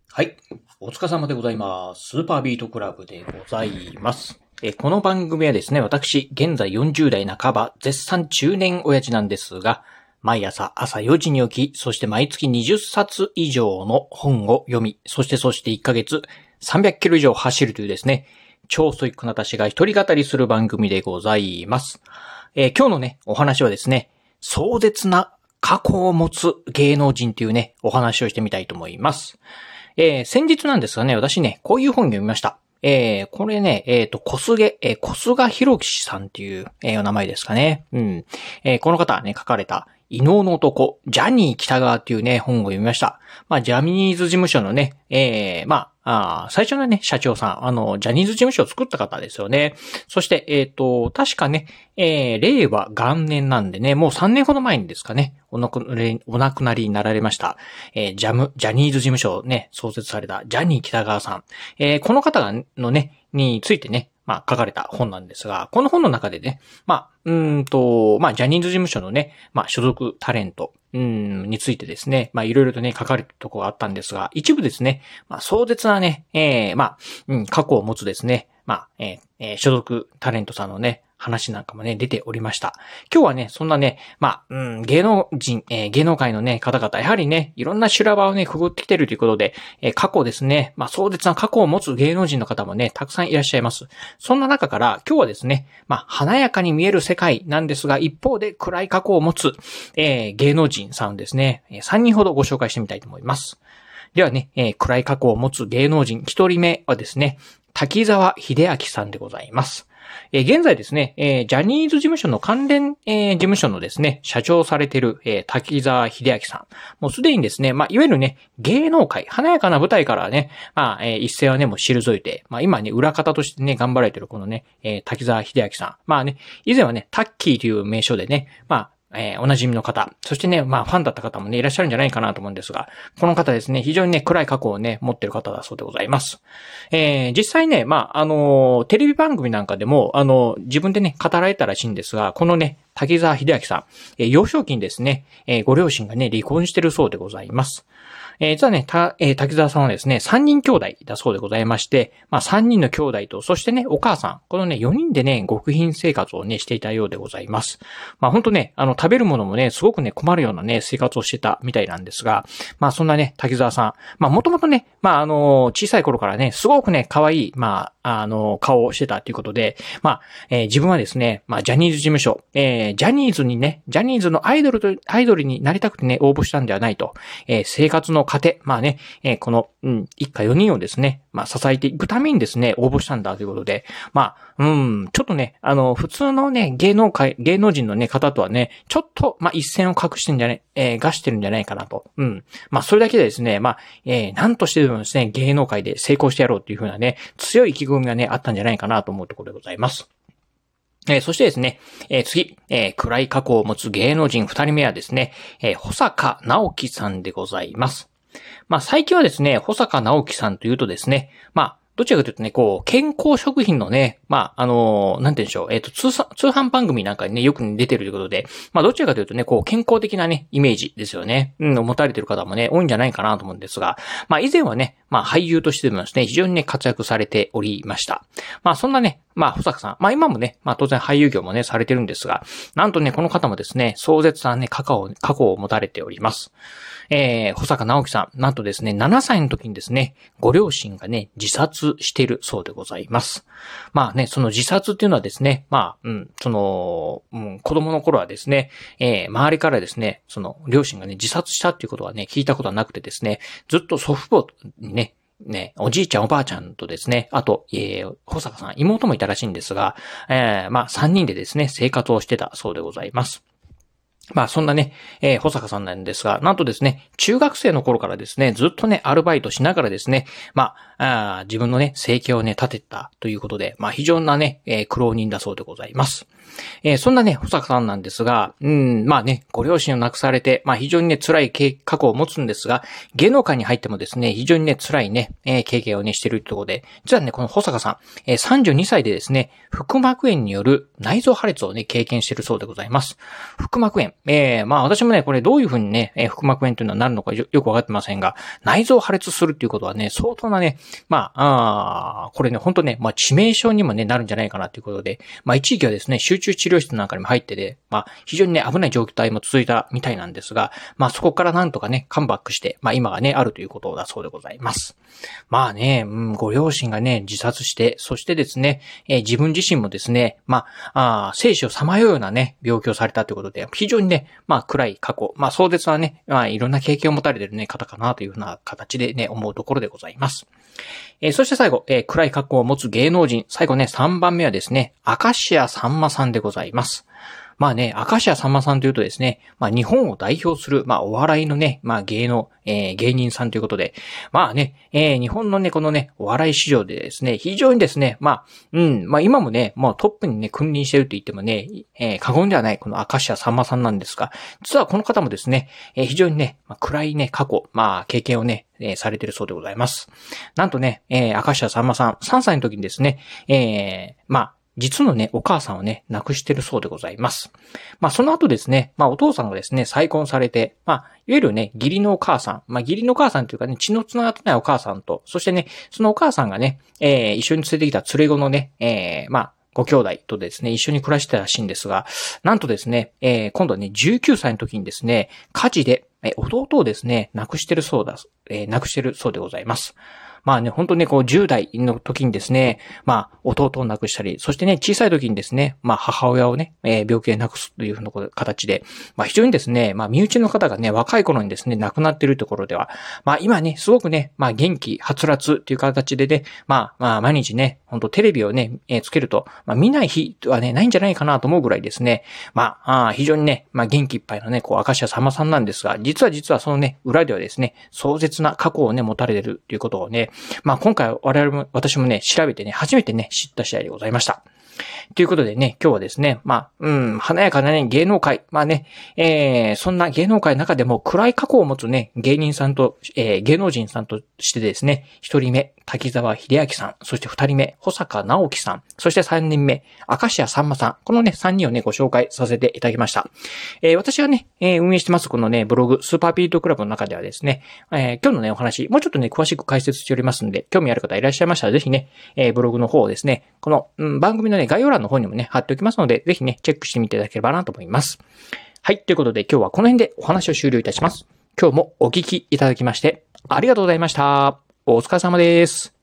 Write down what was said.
はい。お疲れ様でございます。スーパービートクラブでございます。この番組はですね、私、現在40代半ば、絶賛中年親父なんですが、毎朝4時に起き、そして毎月20冊以上の本を読み、そして1ヶ月300キロ以上走るというですね、超ストイックな私が一人語りする番組でございます。今日のね、お話はですね、壮絶な過去を持つ芸能人というね、お話をしてみたいと思います。先日なんですがね、私ね、こういう本読みました。これね、小菅弘樹さんっていう、お名前ですかね。うん。この方はね、書かれた、異能の男、ジャニー喜多川っていうね、本を読みました。ジャニーズ事務所のね、最初のね、社長さん、ジャニーズ事務所を作った方ですよね。そして、確かね、令和元年なんでね、もう3年ほど前にですかね、お亡くなりになられました。ジャニーズ事務所をね、創設されたジャニー喜多川さん。この方のね、についてね、書かれた本なんですが、この本の中でね、ジャニーズ事務所のね、所属タレント、についてですね、いろいろとね、書かれてるところがあったんですが、一部ですね、壮絶なね、過去を持つですね、所属タレントさんのね、話なんかもね、出ておりました。今日はね、そんなね、芸能界のね、方々、やはりね、いろんな修羅場をね、くぐってきてるということで、過去ですね、壮絶な過去を持つ芸能人の方もね、たくさんいらっしゃいます。そんな中から、今日はですね、華やかに見える世界なんですが、一方で暗い過去を持つ、芸能人さんですね、3人ほどご紹介してみたいと思います。ではね、暗い過去を持つ芸能人、1人目はですね、滝沢秀明さんでございます。現在ですね、ジャニーズ事務所の関連、事務所のですね、社長をされている、滝沢秀明さん。もうすでにですね、いわゆるね、芸能界、華やかな舞台からね、一世はね、もう退いて、今ね、裏方としてね、頑張られているこのね、滝沢秀明さん。以前はね、タッキーという名称でね、お馴染みの方、そしてね、ファンだった方もね、いらっしゃるんじゃないかなと思うんですが、この方ですね、非常にね、暗い過去をね、持ってる方だそうでございます。実際ね、テレビ番組なんかでも、自分でね、語られたらしいんですが、このね、滝沢秀明さん、幼少期にですね、ご両親がね、離婚してるそうでございます。実はね、滝沢さんはですね、3人兄弟だそうでございまして、3人の兄弟と、そしてね、お母さん、このね、4人でね、極貧生活をね、していたようでございます。ほんとね、食べるものもね、すごくね、困るようなね、生活をしてたみたいなんですが、そんなね、滝沢さん、もともとね、小さい頃からね、すごくね、可愛い、顔をしてたということで、自分はですね、ジャニーズ事務所、ジャニーズのアイドルになりたくてね、応募したんではないと、生活の糧、この、一家4人をですね、支えていくためにですね、応募したんだということで、ちょっとね、普通のね、芸能人のね、方とはね、ちょっと、一線を画してるんじゃないかなと。それだけでですね、何としてでもですね、芸能界で成功してやろうっていう風なね、強い意気込みがね、あったんじゃないかなと思うところでございます。そしてですね、次、暗い過去を持つ芸能人2人目はですね、保坂直樹さんでございます。最近はですね、保坂直樹さんというとですね、どちらかというとね、健康食品のね、なんて言うんでしょう、通販番組なんかにね、よく出てるということで、どちらかというとね、健康的なね、イメージですよね。持たれてる方もね、多いんじゃないかなと思うんですが、以前はね、俳優としてもですね、非常にね、活躍されておりました。そんなね、保坂さん、今もね、当然俳優業もね、されてるんですが、なんとね、この方もですね、壮絶なね、過去を持たれております。保坂直樹さん、なんとですね、7歳の時にですね、ご両親がね、自殺しているそうでございます。その自殺っていうのはですね、子供の頃はですね、周りからですね、その両親がね、自殺したっていうことはね、聞いたことはなくてですね、ずっと祖父母にね、おじいちゃんおばあちゃんとですね、あと、保坂さん、妹もいたらしいんですが、3人でですね、生活をしてたそうでございます。そんなね、保坂さんなんですが、なんとですね、中学生の頃からですね、ずっとね、アルバイトしながらですね、 自分のね、生計をね、立てたということで、非常なね、苦労人だそうでございます。そんなね、保坂さんなんですが、ご両親を亡くされて、非常にね、辛い過去を持つんですが、芸能界に入ってもですね、非常にね、辛いね、経験をね、しているということで、実はね、この保坂さん、32歳でですね、腹膜炎による内臓破裂をね、経験しているそうでございます。腹膜炎。私もね、これどういうふうにね、腹膜炎というのはなるのかよくわかってませんが、内臓破裂するっていうことはね、相当なね、これね、ほんとね、致命傷にもね、なるんじゃないかなということで、一時期はですね、集中治療室なんかにも入ってで、非常にね、危ない状態も続いたみたいなんですが、そこからなんとかね、カムバックして、今がね、あるということだそうでございます。ご両親がね、自殺して、そしてですね、自分自身もですね、生死をさまようようなね、病気をされたということで、非常にね、暗い過去、壮絶なね、いろんな経験を持たれているね、方かなというふうな形でね、思うところでございます。そして最後、暗い過去を持つ芸能人、最後ね、3番目はですね、明石家さんまさんでございます。明石家さんまさんというとですね、日本を代表する、お笑いのね、芸人さんということで、日本のね、このね、お笑い市場でですね、非常にですね、今もね、もうトップにね、君臨していると言ってもね、過言ではない、この明石家さんまさんなんですが、実はこの方もですね、非常にね、暗いね、過去、経験をね、されているそうでございます。なんとね、明石家さんまさん、3歳の時にですね、実のね、お母さんをね、亡くしているそうでございます。その後ですね、お父さんがですね、再婚されて、いわゆるね、義理のお母さん、義理のお母さんというかね、血の繋がってないお母さんと、そしてね、そのお母さんがね、一緒に連れてきた連れ子のね、ご兄弟とですね、一緒に暮らしてたらしいんですが、なんとですね、今度はね、19歳の時にですね、火事で、弟をですね、亡くしてるそうでございます。本当ね、10代の時にですね、弟を亡くしたり、そしてね、小さい時にですね、母親をね、病気で亡くすというふうな形で、非常にですね、身内の方がね、若い頃にですね、亡くなっているところでは、今ね、すごくね、元気、はつらつという形でね、毎日ね、本当テレビをね、つけると、見ない日はね、ないんじゃないかなと思うぐらいですね、非常にね、元気いっぱいのね、明石家さんまさんなんですが、実はそのね、裏ではですね、壮絶な過去をね、持たれているということをね、今回私もね、調べてね、初めてね、知った次第でございました。ということでね、今日はですね、華やかなね、芸能界、そんな芸能界の中でも暗い過去を持つね、芸能人さんとしてですね、一人目、滝沢秀明さん、そして二人目、保坂直樹さん、そして三人目、明石家さんまさん、このね、三人をね、ご紹介させていただきました。私がね、運営してますこのね、ブログ、スーパービートクラブの中ではですね、今日のね、お話、もうちょっとね、詳しく解説しておりますので、興味ある方いらっしゃいましたら、ぜひね、ブログの方をですね、この、番組のね、概要欄の方にもね、貼っておきますので、ぜひね、チェックしてみていただければなと思います。はい、ということで今日はこの辺でお話を終了いたします。今日もお聞きいただきまして、ありがとうございました。お疲れ様です。